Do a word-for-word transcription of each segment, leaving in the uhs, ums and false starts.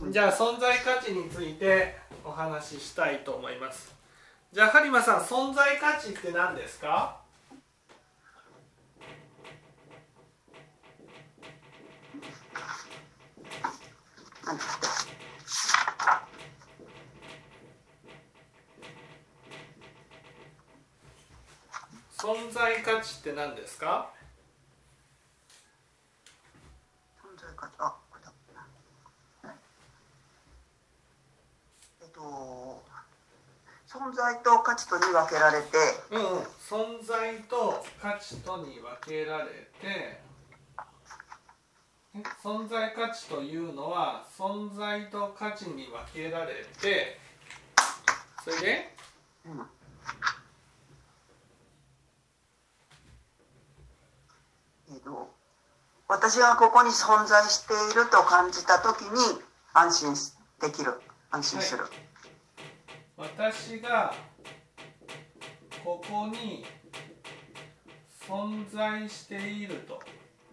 じゃあ存在価値についてお話ししたいと思います。じゃあ播磨さん、存在価値って何ですか？存在価値って何ですか？ 存在価値、あ、これだ。えっと存在と価値とに分けられて、 うん、うん、存在と価値とに分けられて、存在価値というのは存在と価値に分けられて、それで、 うん、えっと私がここに存在していると感じたときに安心できる、安心する、はい、 私がここに存在していると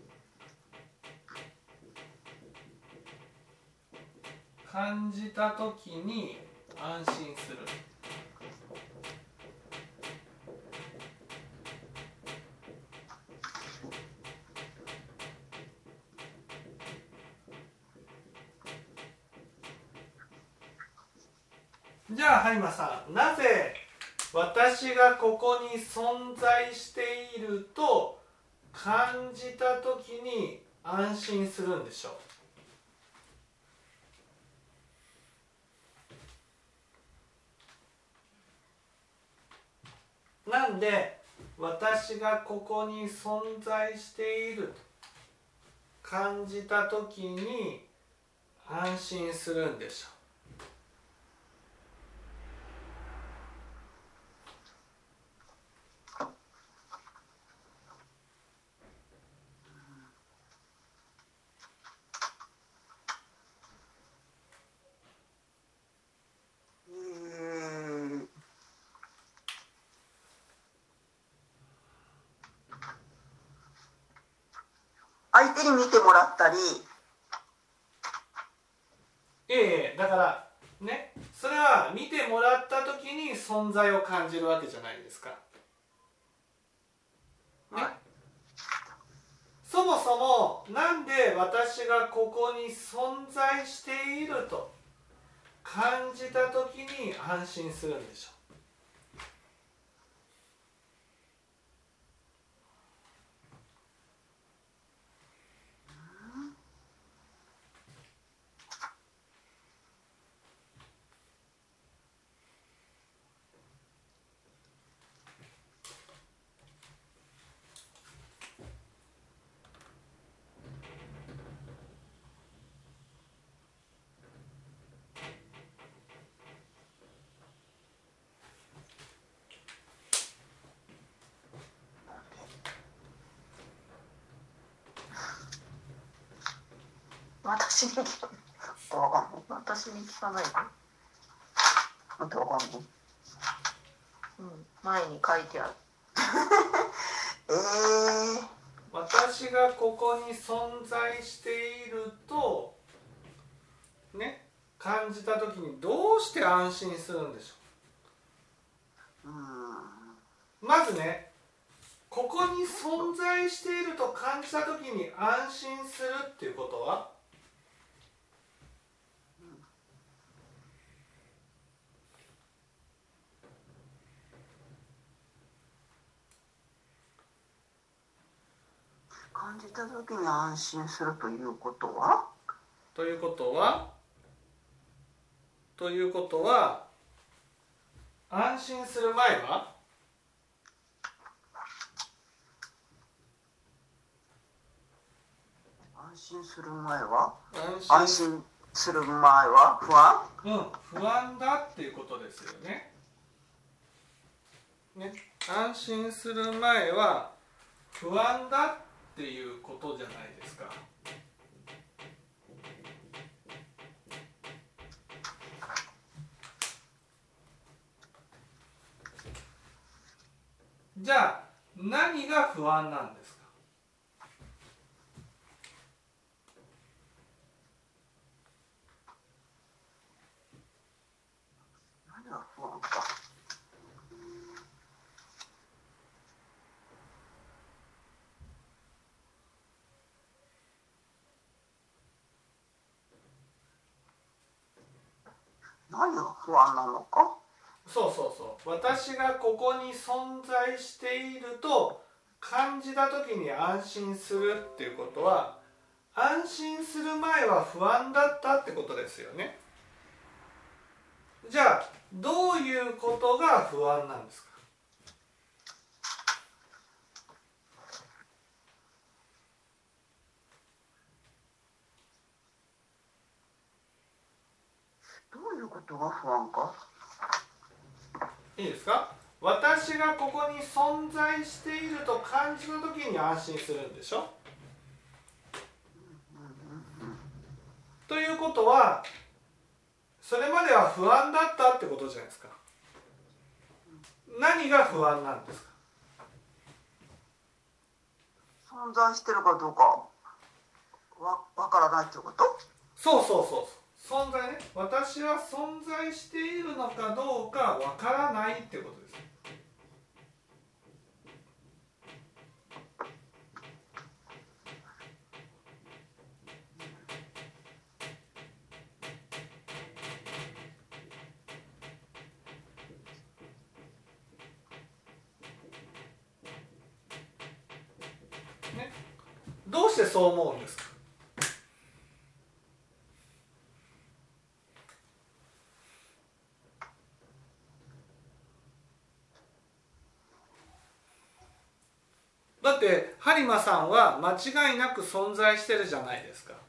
感じたときに安心する。じゃあ播磨さん、なぜ私がここに存在していると感じたときに安心するんでしょう？なんで私がここに存在していると感じたときに安心するんでしょう？ 相手に見てもらったり、 ええ、だからね、それは見てもらった時に存在を感じるわけじゃないですか、ね、はい、そもそもなんで私がここに存在していると感じた時に安心するんでしょう？ 私に聞かない。私に聞かない。本当わかんない。うん、前に書いてある。えー、 私がここに存在しているとね、感じた時にどうして安心するんでしょう？うん、まずね、ここに存在していると感じた時に安心するっていうことは、 感じた時に安心するということはということはということは安心する前は安心する前は安心、 安心する前は不安？ うん、不安だっていうことですよね。ね、安心する前は不安だっていうことじゃないですか。じゃあ何が不安なんですか？ 不安か。何が不安なのか。 そうそうそう。私がここに存在していると感じた時に安心するっていうことは、安心する前は不安だったってことですよね。じゃあどういうことが不安なんですか。 どういうことが不安か。 いいですか。私がここに存在していると感じた時に安心するんでしょ。ということはそれまでは不安だったってことじゃないですか。何が不安なんですか。 存在してるかどうかわわからないってこと。 そうそうそうそう。存在ね。私は存在しているのかどうかわからないってことです。ね、どうしてそう思うんですか。だって播磨さんは間違いなく存在してるじゃないですか。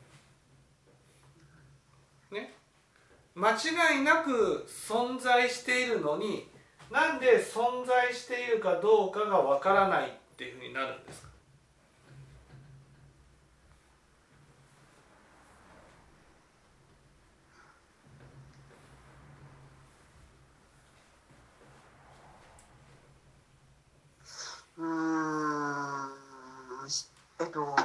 ね、間違いなく存在しているのに、なんで存在しているかどうかがわからないっていうふうになるんですか。 うーんえっと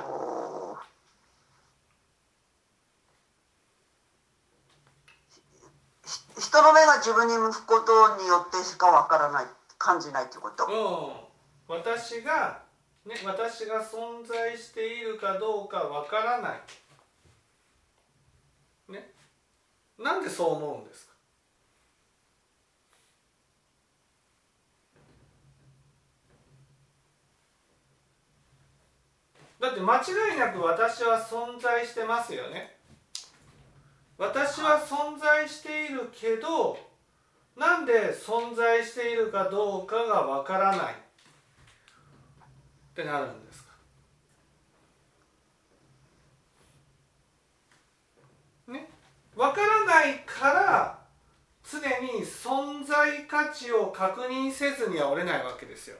人の目が自分に向くことによってしかわからない、感じないってこと。 うん、私が、ね、私が存在しているかどうかわからない、ね、なんでそう思うんですか。だって間違いなく私は存在してますよね。私は存在しているけど、なんで存在しているかどうかがわからないってなるんですか。ね、わからないから常に存在価値を確認せずにはおれないわけですよ。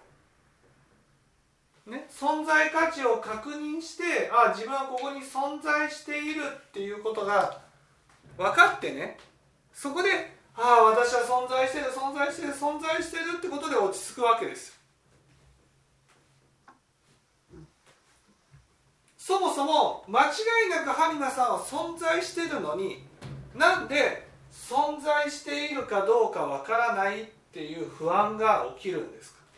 ね、存在価値を確認して、あ、自分はここに存在しているっていうことが分かってね、そこで、ああ、私は存在してる存在してる存在してるってことで落ち着くわけです。そもそも間違いなく播磨さんは存在してるのに、なんで存在しているかどうか分からないっていう不安が起きるんですか。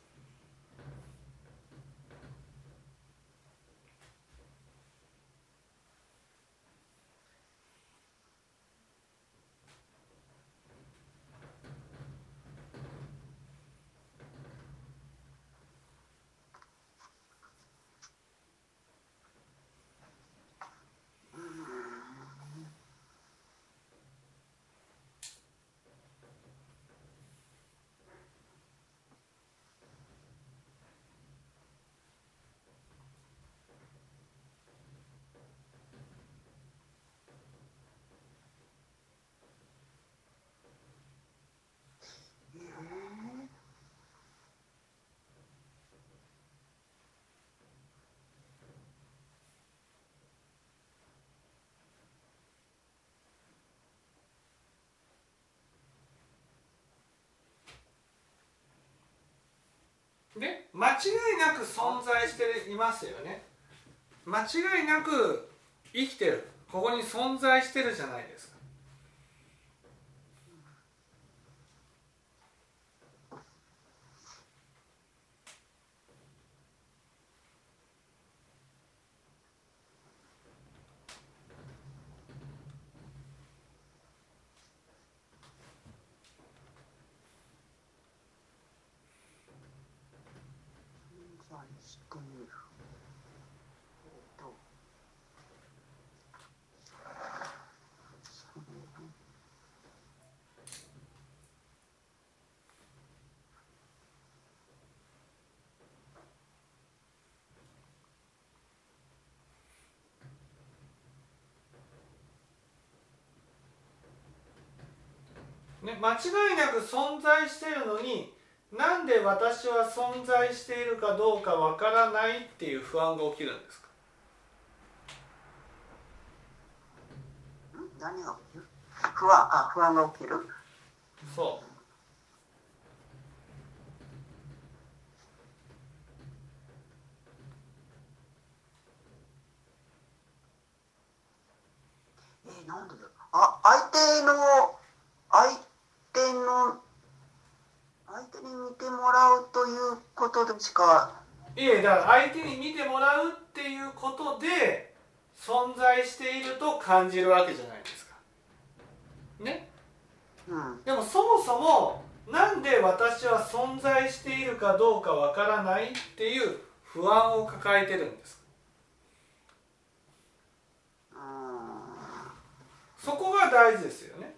で、間違いなく存在していますよね。間違いなく生きてる、ここに存在してるじゃないですか。 ね、間違いなく存在しているのに、なんで私は存在しているかどうかわからないっていう不安が起きるんですか？ 何が起きる？不安、あ、不安が起きる。 そう。 えー、なんでだろう。あ、相手の相手の相手に見てもらうということでしか。 いえ、だから相手に見てもらうっていうことで存在していると感じるわけじゃないですか。ね。 うん、 でもそもそもなんで私は存在しているかどうかわからないっていう不安を抱えてるんですか？ うん、 そこが大事ですよね。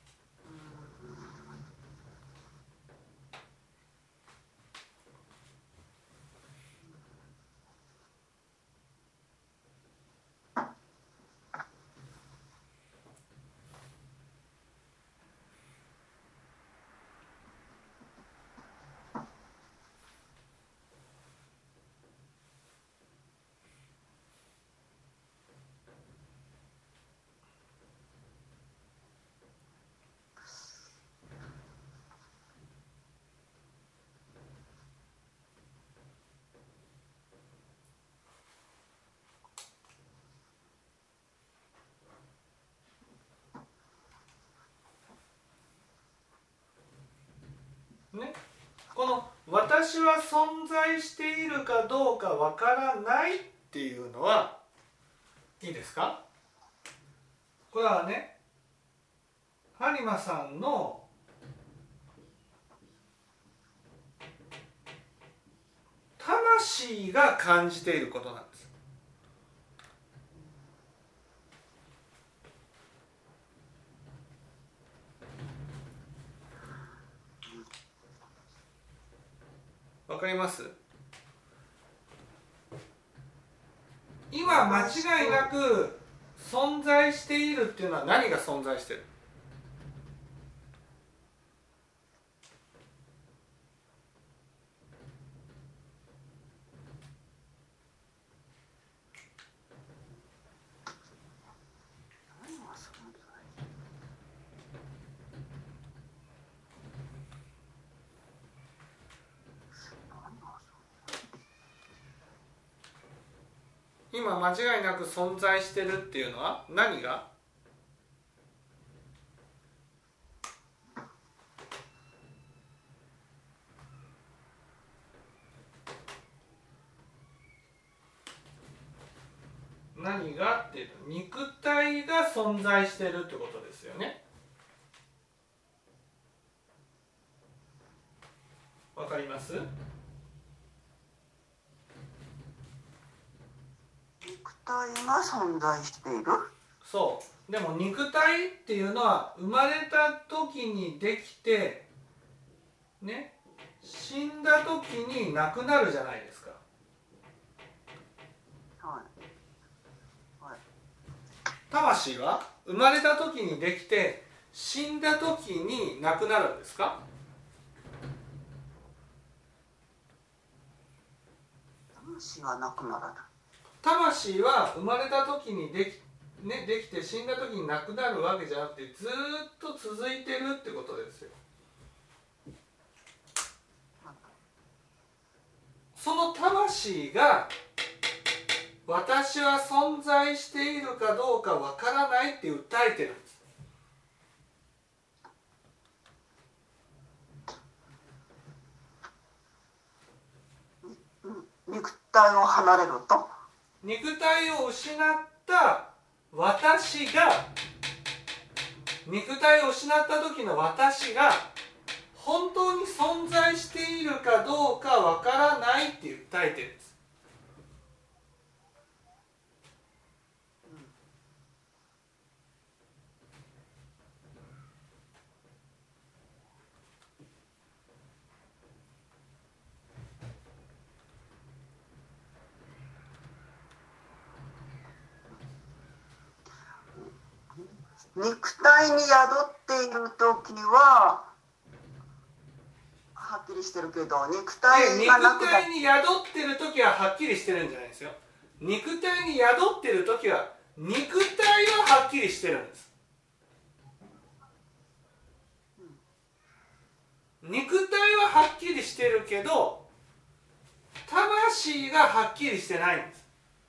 ね、この私は存在しているかどうかわからないっていうのはいいですか？これはね、播磨さんの魂が感じていることなんです。わかります？今間違いなく存在しているっていうのは何が存在している？今間違いなく存在してるっていうのは何が？何がっていうと、肉体が存在してるってことですよね。わかります？ 肉体が存在している。 そう。でも肉体っていうのは生まれた時にできてね、死んだ時になくなるじゃないですか。 はいはい、 魂は生まれた時にできて死んだ時になくなるんですか？ 魂はなくならない。 魂は生まれた時にでき、ね、できて死んだ時になくなるわけじゃなくて、ずっと続いてるってことですよ。その魂が私は存在しているかどうかわからないって訴えてるんです。 肉体を離れると、 肉体を失った私が肉体を失った時の私が本当に存在しているかどうかわからないって訴えてるんです。 肉体に宿っている時ははっきりしてるけど、肉体がなく肉体に宿ってる時ははっきりしてるんじゃないですよ。肉体に宿ってる時は肉体ははっきりしてるんです。肉体ははっきりしてるけど魂がはっきりしてないんです。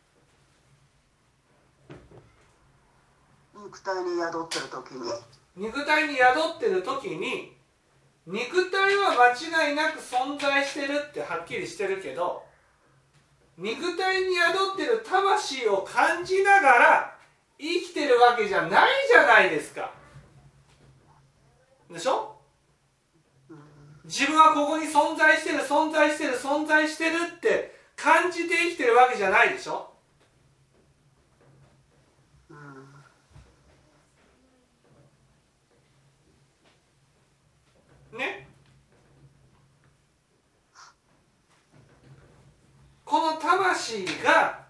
肉体に宿ってる時に肉体に宿ってる時に肉体は間違いなく存在してるってはっきりしてるけど、肉体に宿ってる魂を感じながら生きてるわけじゃないじゃないですか。でしょ？自分はここに存在してる存在してる存在してるって感じて生きてるわけじゃないでしょ。ね、この魂が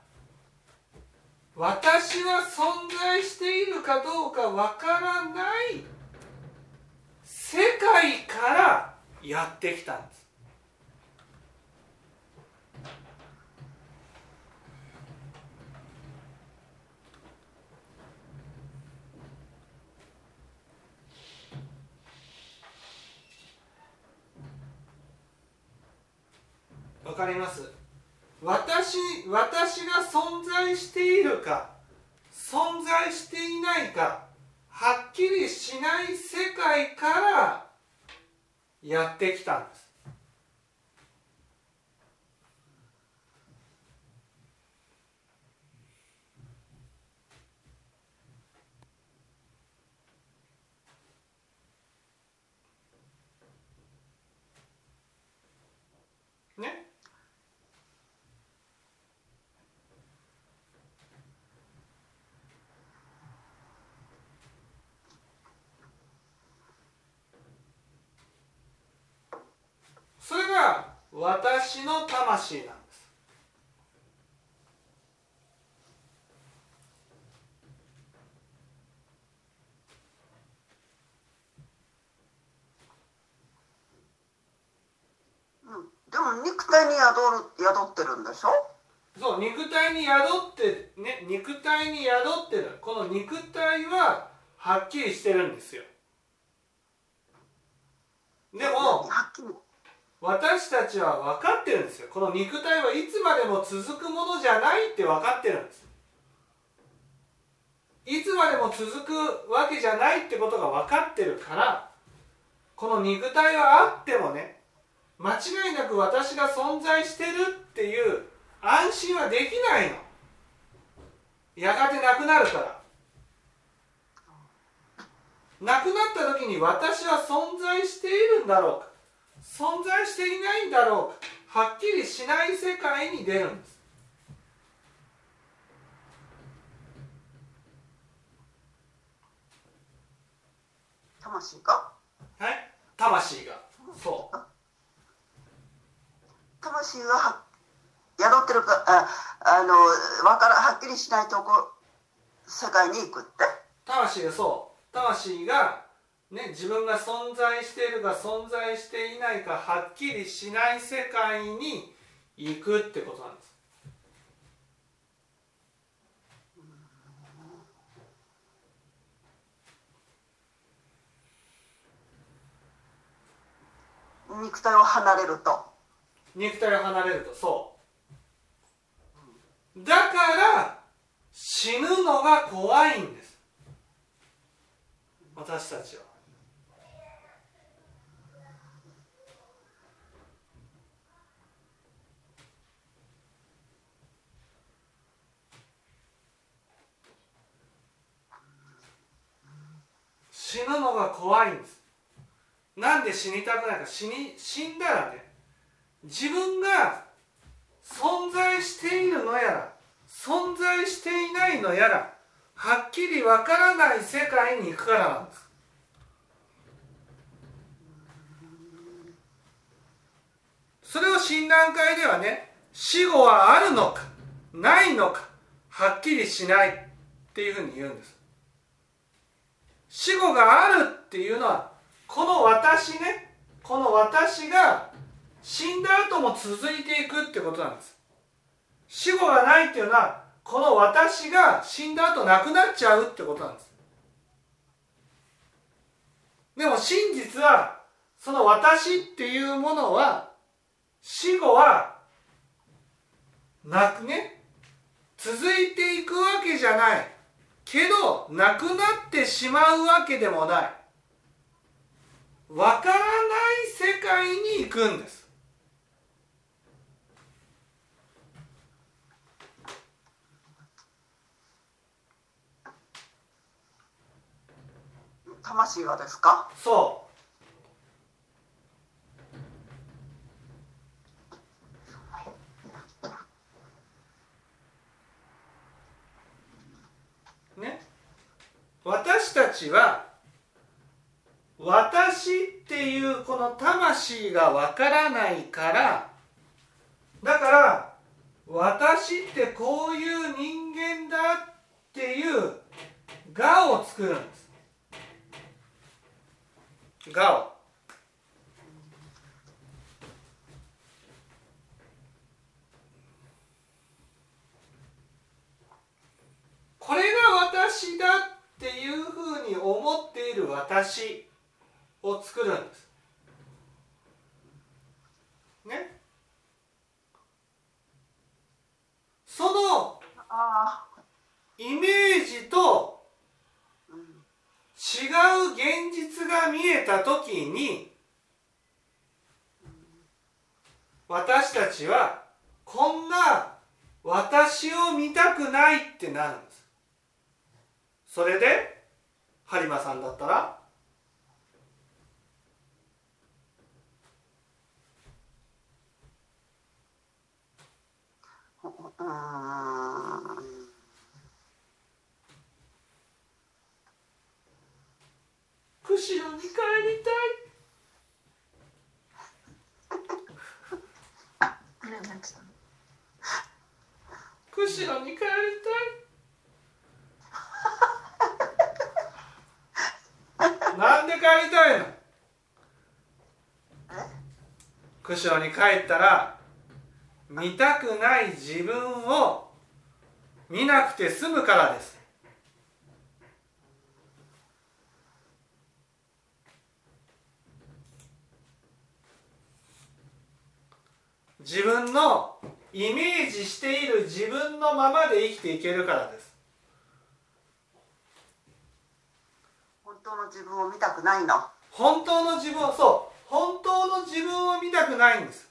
私は存在しているかどうかわからない世界からやってきたんです。わかります？私、私が存在しているか存在していないかはっきりしない世界からやってきたんです。ね、それが私の魂なんです。 でも肉体に宿る、宿ってるんでしょ？ そう、肉体に宿ってね、肉体に宿ってる。この肉体ははっきりしてるんですよ。でも私たちは分かってるんですよ。この肉体はいつまでも続くものじゃないって分かってるんです。いつまでも続くわけじゃないってことが分かってるから、この肉体はあってもね、間違いなく私が存在してるっていう安心はできないの。やがてなくなるから。なくなった時に私は存在しているんだろうか、存在していないんだろうか、はっきりしない世界に出るんです。 魂が？ はい、魂が。そう。 魂がは宿ってるか、あ、あの、わからはっきりしないとこ世界に行くって？ 魂がそう。魂がね、自分が存在しているか存在していないかはっきりしない世界に行くってことなんです。 肉体を離れると肉体を離れると、そうだから死ぬのが怖いんです、私たちは。死ぬのが怖いんです。なんで死にたくないか。死に死んだらね、自分が存在しているのやら存在していないのやらはっきりわからない世界に行くからなんです。それを診断会ではね、死後はあるのかないのかはっきりしないっていうふうに言うんです。 死後があるっていうのは、この私ね、この私が死んだ後も続いていくってことなんです。死後がないっていうのは、この私が死んだ後なくなっちゃうってことなんです。でも真実は、その私っていうものは死後はなくね、続いていくわけじゃないけど、なくなってしまうわけでもない、わからない世界に行くんです。 魂がですか？ そうね、私たちは私っていうこの魂がわからないから、だから私ってこういう人間だっていう我を作るんです。我を。これが私だっていうふうに思っている私を作るんです。ね。そのイメージと違う現実が見えたときに、私たちはこんな私を見たくないってなるんです。それで播磨さんだったら、 うーん釧路に帰りたい釧路に帰りたいなんで帰りたいの？釧路に帰ったら見たくない自分を見なくて済むからです。自分のイメージしている自分のままで生きていけるからです。 本当の自分を見たくないの。 本当の自分を、そう、本当の自分を見たくないんです。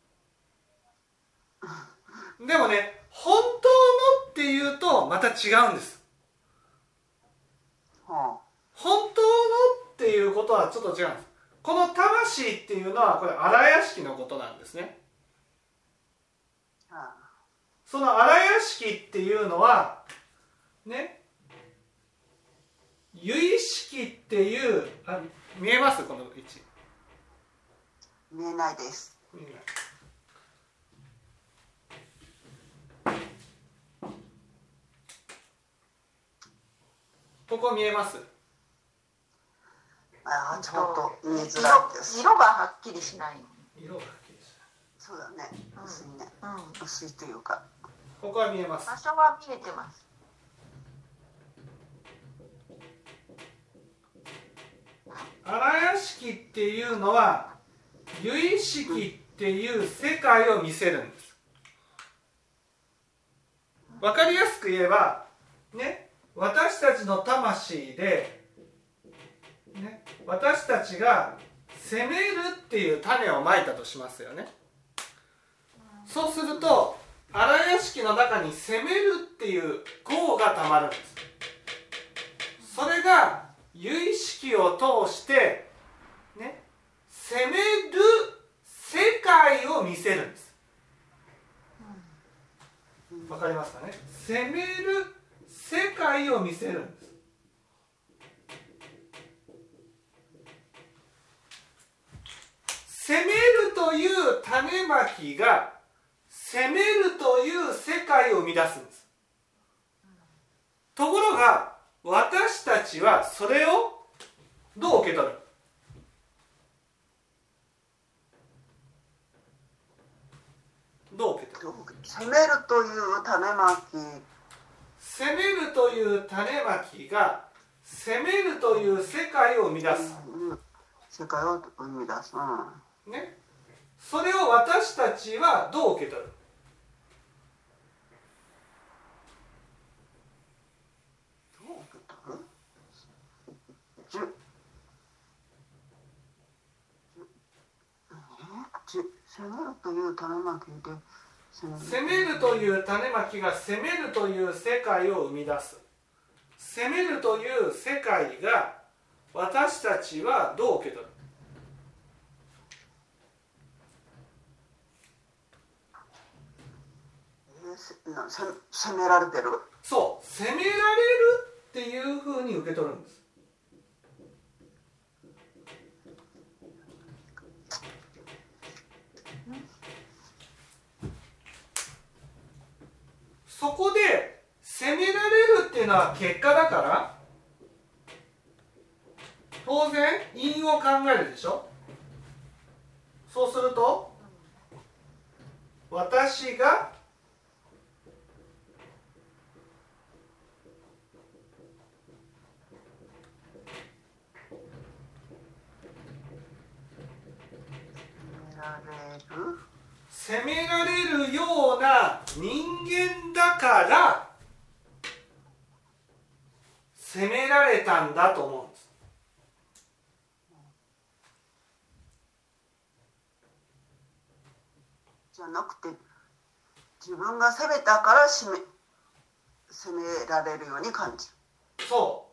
でもね、本当のっていうとまた違うんです。 はあ、 本当のっていうことはちょっと違うんです。この魂っていうのはこれ荒屋敷のことなんですね。 はあ、 その荒屋敷っていうのはね、由意識っていう、あ、見えます？この位置見えないです。 見えない。ここ見えます？ ああ、ちょっと見えづらいです。 色がはっきりしない。 色がはっきりしない。 そうだね。薄いね。 うん、 薄いというか。 ここは見えます。 場所は見えてます。 荒屋敷っていうのは由意識っていう世界を見せるんです。わかりやすく言えばね、私たちの魂で、ね、私たちが責めるっていう種をまいたとしますよね。そうすると荒屋敷の中に責めるっていう業がたまるんです。それが由意識を通してね、責める世界を見せるんです。わかりますかね？責める世界を見せるんです。責めるという種まきが責めるという世界を生み出すんです。ところが私たちはそれをどう受け取る？どう受け取る？ 責めるという種まき。 責めるという種まきが責めるという世界を生み出す、 うん、世界を生み出す、 うん、ね、それを私たちはどう受け取る？ どう受け取る？じゅじゅ責めるという種まきで責めるという種まきが責めるという世界を生み出す。責めるという世界が私たちはどう受け取る？ えー、せ責められてる。 そう、責められるっていうふうに受け取るんです。そこで責められるっていうのは結果だから、当然因を考えるでしょ。そうすると私が責められるような人間だから責められたんだと思うんです。 じゃなくて自分が責めたから責め、責められるように感じる。 そう。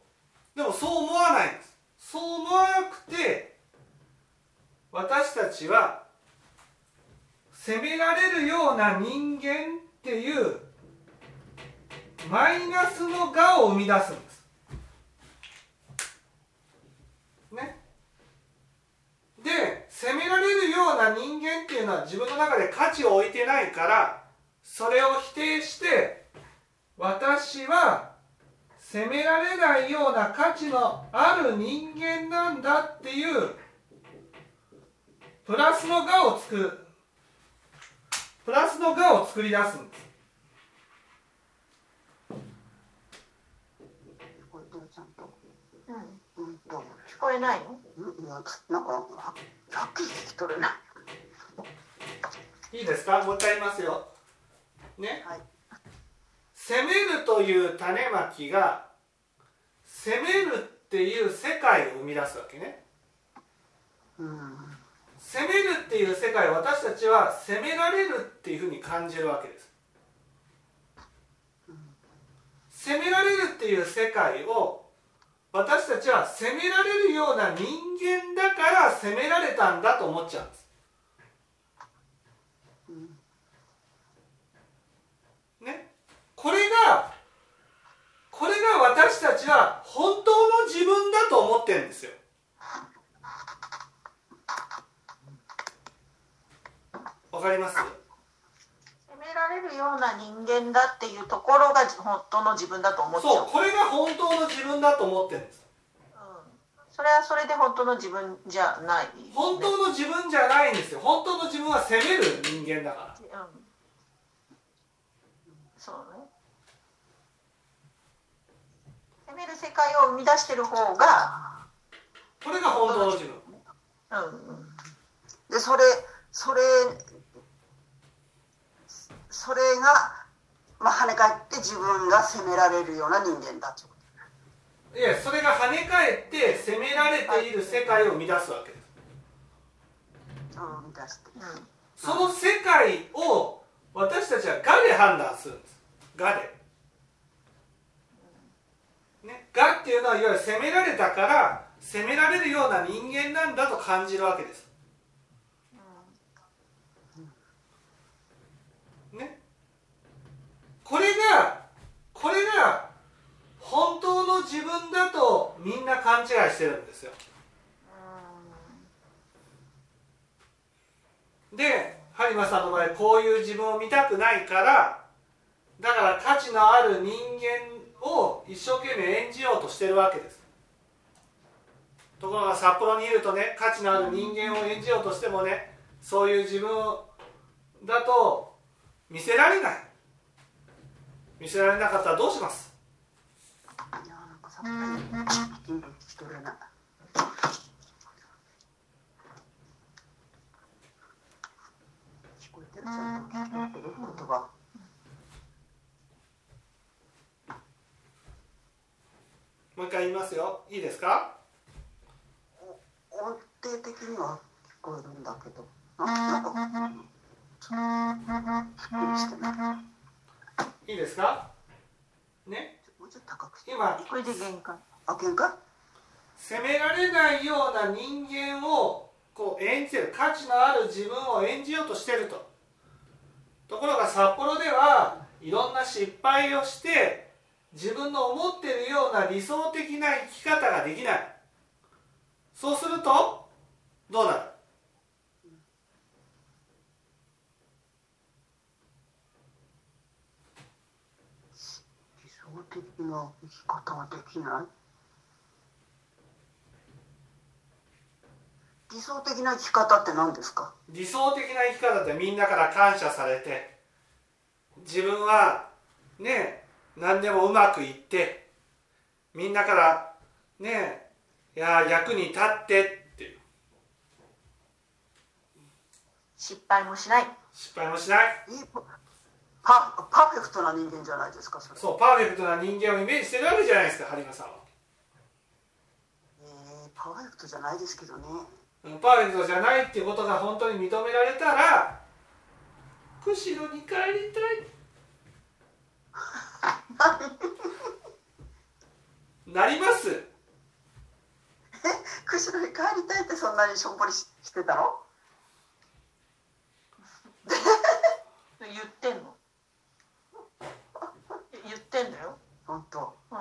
でもそう思わないんです。そう思わなくて私たちは責められるような人間っていうマイナスの我を生み出すんです。ね。で、責められるような人間っていうのは自分の中で価値を置いてないから、それを否定して私は責められないような価値のある人間なんだっていうプラスの我を作る。プラスの我を作り出すんです。 聞こえてるちゃんと。 うん。 うんと。 聞こえないの？ うん、いやなんかははっきり聞き取れない。 いいですか？もう一回言いますよ。ね。 はい。 責めるという種まきが責めるっていう世界を生み出すわけね。 うん。 責めるっていう世界を私たちは責められるっていうふうに感じるわけです。責められるっていう世界を私たちは責められるような人間だから責められたんだと思っちゃうんです。ね、これがこれが私たちは本当の自分だと思ってるんですよ。わかります？ 責められるような人間だっていうところが本当の自分だと思っちゃう。 そう、これが本当の自分だと思ってるんです。 うん、それはそれで本当の自分じゃない、ね。 本当の自分じゃないんですよ。本当の自分は責める人間だから。 うん、そうね。責める世界を生み出してる方がこれが本当の自分。 うん、 でそれそれそれが、まあ、跳ね返って自分が責められるような人間だと。 いや、それが跳ね返って責められている世界を生み出すわけです。 生み出して、 うん、 その世界を私たちは我で判断するんです。我で、ね、我っていうのはいわゆる責められたから責められるような人間なんだと感じるわけです。ね、これがこれが本当の自分だとみんな勘違いしてるんですよ。で、播磨さんの場合こういう自分を見たくないからだから価値のある人間を一生懸命演じようとしてるわけです。 ところが札幌にいるとね、価値のある人間を演じようとしてもね、そういう自分だと見せられない。見せられなかったらどうします？ いやなんかさっき聞き取れない。聞こえてる？ちゃんと聞こえてる？言葉。 もう一回言いますよ。いいですか？ 音程的には聞こえるんだけど、なんかしっくりしてない。 いいですか？ね。 もうちょっと高くして。 今これで限界。 あ、限界？ 責められないような人間をこう演じてる、価値のある自分を演じようとしてると。ところが札幌ではいろんな失敗をして自分の思っているような理想的な生き方ができない。そうするとどうなる？ 理想的な生き方はできない。理想的な生き方って何ですか？ 理想的な生き方ってみんなから感謝されて、自分はね何でもうまくいって、みんなからねいや役に立ってっていう。 失敗もしない。 失敗もしない。 いいパパーフェクトな人間じゃないですか、それ。 そう、パーフェクトな人間をイメージしてるわけじゃないですか、播磨さんは。 えー、パーフェクトじゃないですけどね。 パーフェクトじゃないっていうことが本当に認められたら、釧路に帰りたいなります。 え、釧路に帰りたいってそんなにしょんぼり し, してたの？ 言ってんの？言ってんのよ。 本当。 うん。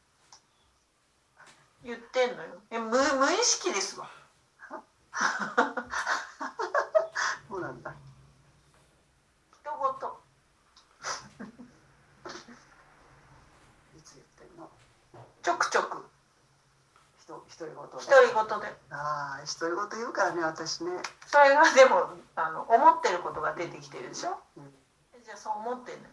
言ってんのよ。え、無無意識ですわ。 そうなんだ。 人ごと。 いつ言ってんの？ ちょくちょく。 ひと独り言で。 独り言で。 ああ、独り言言うからね、私ね。 それがでもあの思ってることが出てきてるでしょ。 うん、 じゃあそう思ってんのよ。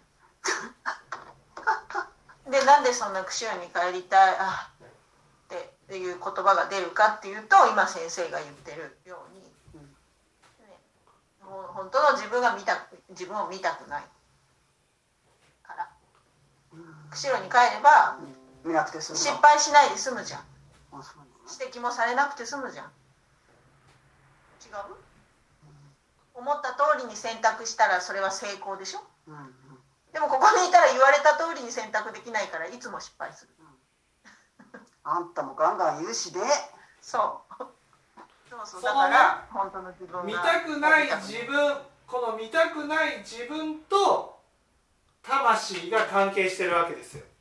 で、なんでそんな釧路に帰りたいあっていう言葉が出るかっていうと、今先生が言ってるように、 うんね、もう本当の自分が見た自分を見たくないから、 うん、 釧路に帰れば、 うん、見なくて済む。 失敗しないで済むじゃん。 あ、そうなの？ 指摘もされなくて済むじゃん。違う？思った通りに選択したらそれは成功でしょ。 うんうん、 でもここにいたら言われた通りに選択できないからいつも失敗する。 あんたもガンガン言うしね。 そうそうそう、 そのだから本当の自分が見たくない自分、この見たくない自分と魂が関係してるわけですよ。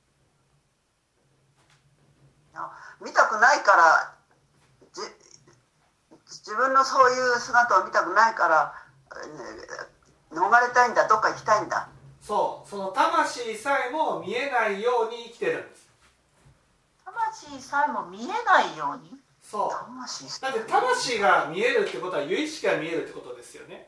いや、見たくないからじ自分のそういう姿を見たくないから、えー、逃れたいんだ、どっか行きたいんだ。 そう、その魂さえも見えないように生きてるんです。 魂さえも見えないように。 そう。 魂だって魂が見えるってことは有意識が見えるってことですよね。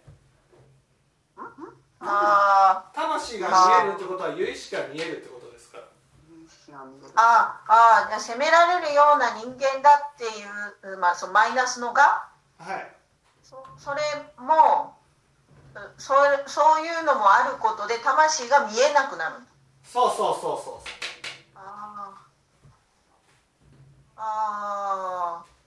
あ魂が見えるってことは有意識が見えるってことですから。 ああ、じゃあ責められるような人間だっていう、まあ、そのマイナスのが、 はい、 そ, それもそそういうのもあることで魂が見えなくなる。 そうそうそうそう。 あああ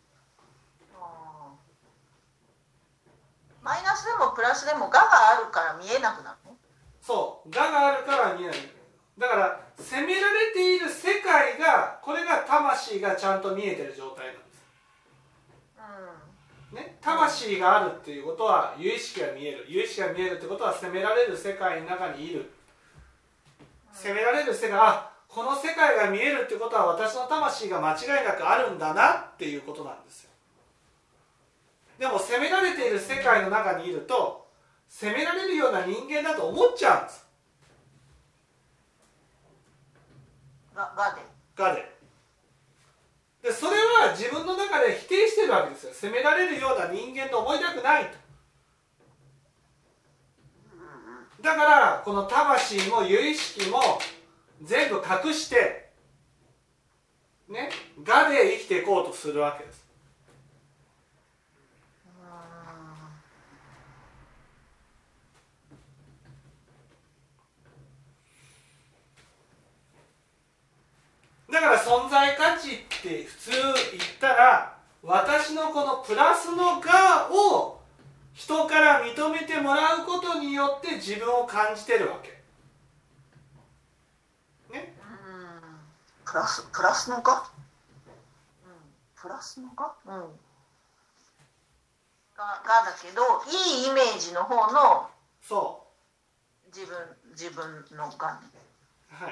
マイナスでもプラスでも我があるから見えなくなるの。 そう、我があるから見えない。だから責められている世界が、これが魂がちゃんと見えてる状態なんです、うんね、魂があるっていうことは有意識が見える。有意識が見えるってことは責められる世界の中にいる。責められる世界、あ、この世界が見えるってことは私の魂が間違いなくあるんだなっていうことなんですよ。でも責められている世界の中にいると、責められるような人間だと思っちゃうんです。 が、がで。 がで。で、それは自分の中中で否定してるわけですよ。責められるような人間と思いたくないと。だからこの魂も有意識も全部隠してね、我で生きていこうとするわけです。だから存在価値って普通言ったら、私のこのプラスの我を人から認めてもらうことによって自分を感じてるわけ。ね。 プラスプラスの我、うん、プラスの我、 うん、ががだけどいいイメージの方のそう自分自分のがね。 はい。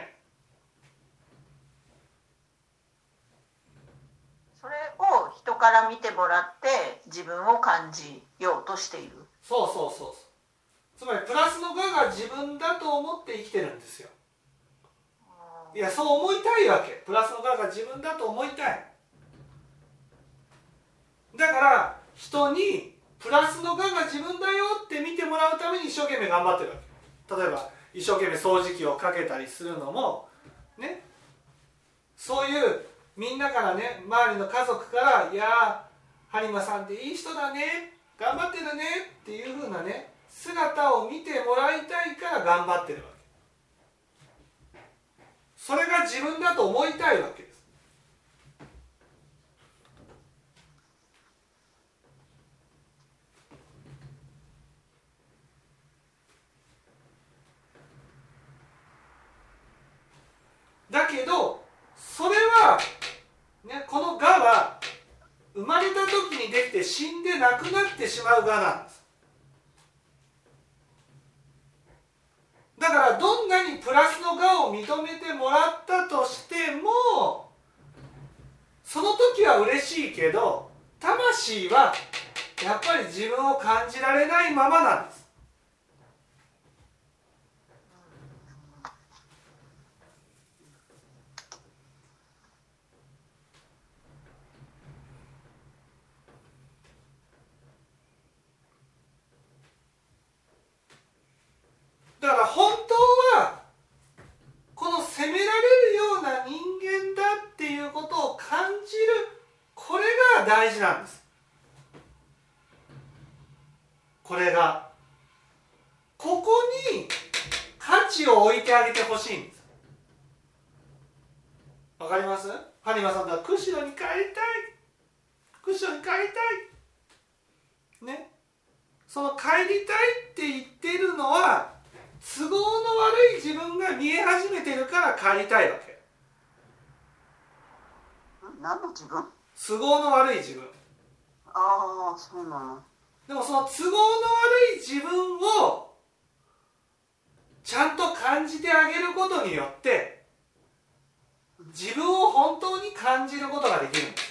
それを人から見てもらって自分を感じようとしている。 そうそうそうそう。つまりプラスの我が自分だと思って生きてるんですよ。いや、そう思いたいわけ。プラスの我が自分だと思いたい。だから人にプラスの我が自分だよって見てもらうために一生懸命頑張ってるわけ。例えば一生懸命掃除機をかけたりするのもね、そういうみんなからね、周りの家族から「いやー播磨さんっていい人だね、頑張ってるね」っていう風なね姿を見てもらいたいから頑張ってるわけ。それが自分だと思いたいわけです。だけどそれはね、この我は生まれた時にできて死んでなくなってしまう我なんです。だからどんなにプラスの我を認めてもらったとしても、その時は嬉しいけど魂はやっぱり自分を感じられないままなんです。だから本当はこの責められるような人間だっていうことを感じる、これが大事なんです。これがここに価値を置いてあげてほしいんです。わかります？播磨さんが釧路に帰りたい、釧路に帰りたいね、その帰りたいって言ってるのは都合の悪い自分が見え始めてるから帰りたいわけ。 何の自分？ 都合の悪い自分。 ああ、そうなの。 でもその都合の悪い自分をちゃんと感じてあげることによって自分を本当に感じることができるんです。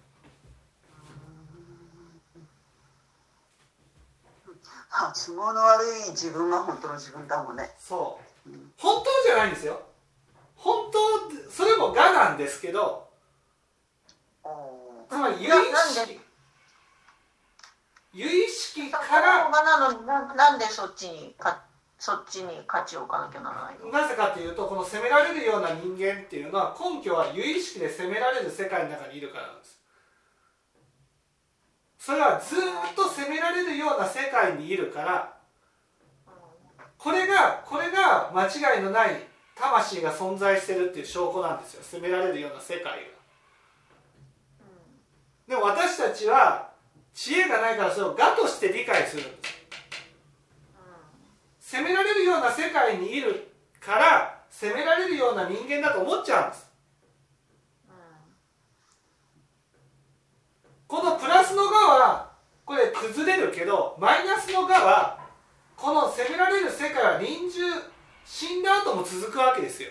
あ、都合の悪い自分が本当の自分だもんね。 そう、うん、本当じゃないんですよ。本当それも我なんですけど、つまり有意識有意識からなのに な, なんでそっちにかそっちに価値を置かなきゃならないの？ なぜかというと、この責められるような人間っていうのは根拠は有意識で責められる世界の中にいるからなんです。それはずっと責められるような世界にいるから、これがこれが間違いのない魂が存在してるっていう証拠なんですよ。責められるような世界が。でも私たちは知恵がないからそれを我として理解するんです。責められるような世界にいるから責められるような人間だと思っちゃうんです。このプラスの我はこれ崩れるけど、マイナスの我はこの責められる世界は臨終、死んだ後も続くわけですよ。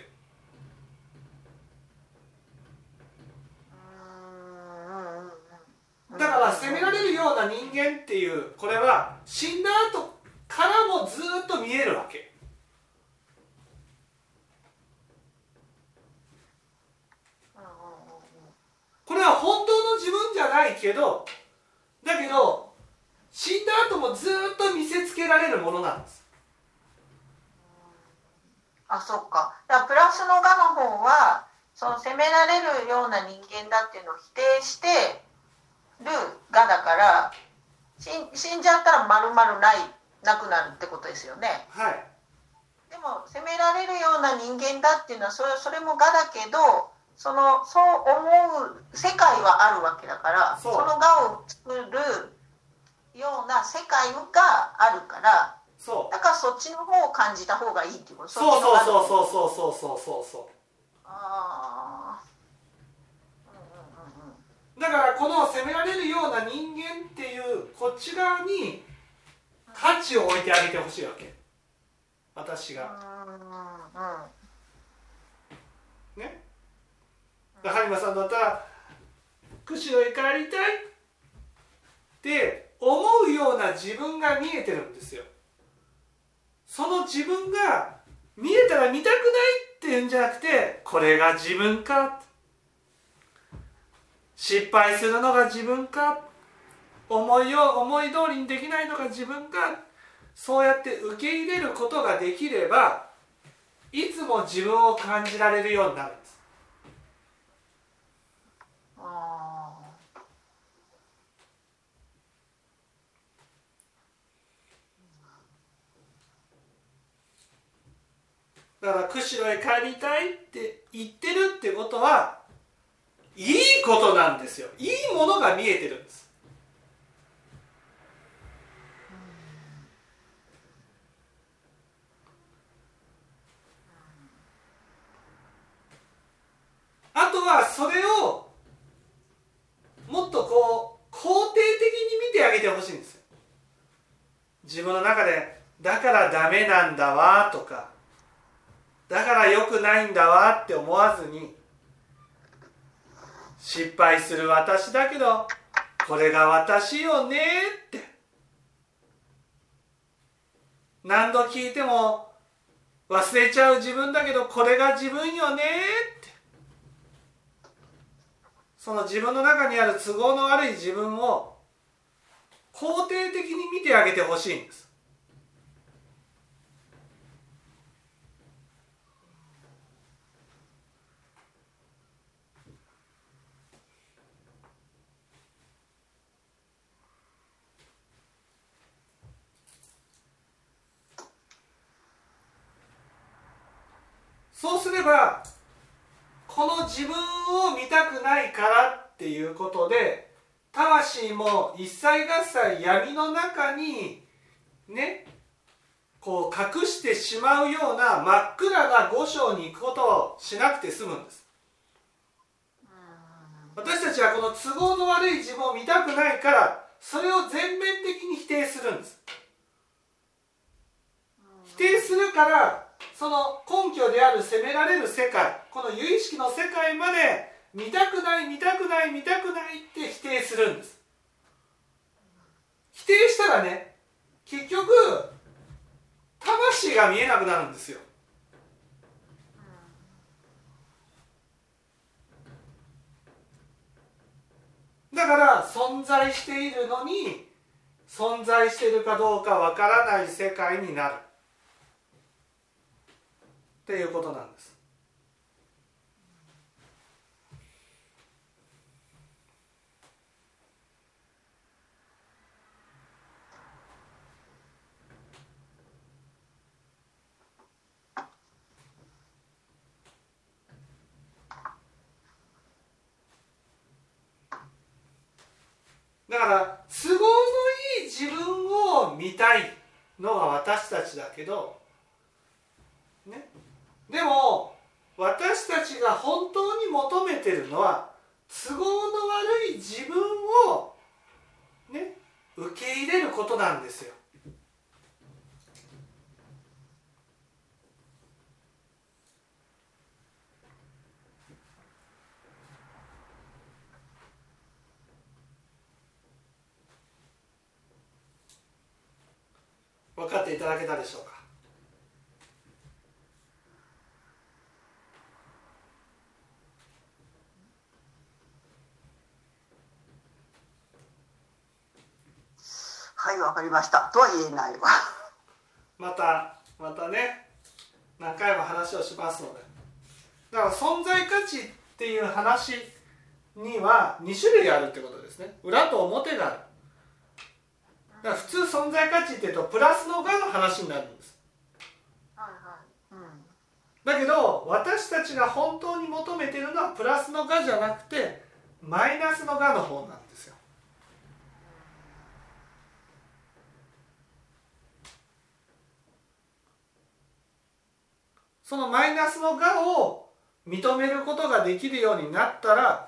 だから責められるような人間っていう、これは死んだ後からもずっと見えるわけ。これは本当の自分じゃなないけど、だけど死んだ後もずっと見せつけられるものなんです。 あ、そっか。だからプラスの我の方はその責められるような人間だっていうのを否定してる我だから、死ん、死んじゃったら丸々ないなくなるってことですよね。 はい。 でも責められるような人間だっていうのはそれ、それも我だけど、そのそう思う世界はあるわけだから、 そその我を作るような世界があるから、 そうだからそっちの方を感じた方がいいっていうこと。 そうそうそうう。 そうそうそうそうそうそう。 ああ、うんうんうんうん。 だからこの責められるような人間っていうこっち側に価値を置いてあげてほしいわけ、私が。 うんうんね。播磨さんだったら釧路へ帰りたいって思うような自分が見えてるんですよ。その自分が見えたら見たくないっていうんじゃなくて、これが自分か、失敗するのが自分か、思いを思い通りにできないのが自分か、そうやって受け入れることができれば、いつも自分を感じられるようになるんです。 あだから釧路へ帰りたいって言ってるってことは、いいことなんですよ。いいものが見えてるんです。あとはそれをもっとこう肯定的に見てあげてほしいんですよ。自分の中でだからダメなんだわとか、だから良くないんだわって思わずに、失敗する私だけどこれが私よねって、何度聞いても忘れちゃう自分だけどこれが自分よねって、その自分の中にある都合の悪い自分を肯定的に見てあげてほしいんです。そうすれば、この自分を見たくないからっていうことで、魂も一切合切闇の中にね、こう隠してしまうような真っ暗な五章に行くことをしなくて済むんです。私たちはこの都合の悪い自分を見たくないから、それを全面的に否定するんです。否定するから、その根拠である責められる世界、この有意識の世界まで見たくない見たくない見たくないって否定するんです。否定したらね、結局魂が見えなくなるんですよ。だから存在しているのに存在しているかどうかわからない世界になるっていうことなんです。だから都合のいい自分を見たいのが私たちだけど、ね、でも私たちが本当に求めてるのは都合の悪い自分を、ね、受け入れることなんですよ。分かっていただけたでしょうか。 はい分かりましたとは言えないわ。 またまたね何回も話をしますので、だから存在価値っていう話にはに種類あるってことですね。裏と表がある。だから普通存在価値っていうとプラスの側の話になるんです。 はいはい。うん。 だけど私たちが本当に求めているのはプラスの側じゃなくてマイナスの側の方なんですよ。そのマイナスの側を認めることができるようになったら、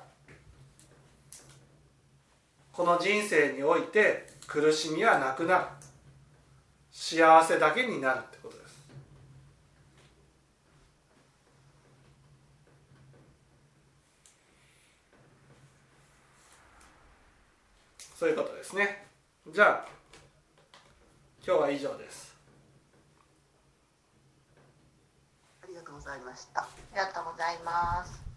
この人生において苦しみはなくなる、幸せだけになるってことです。そういうことですね。じゃあ今日は以上です。 ありがとうございました。 ありがとうございます。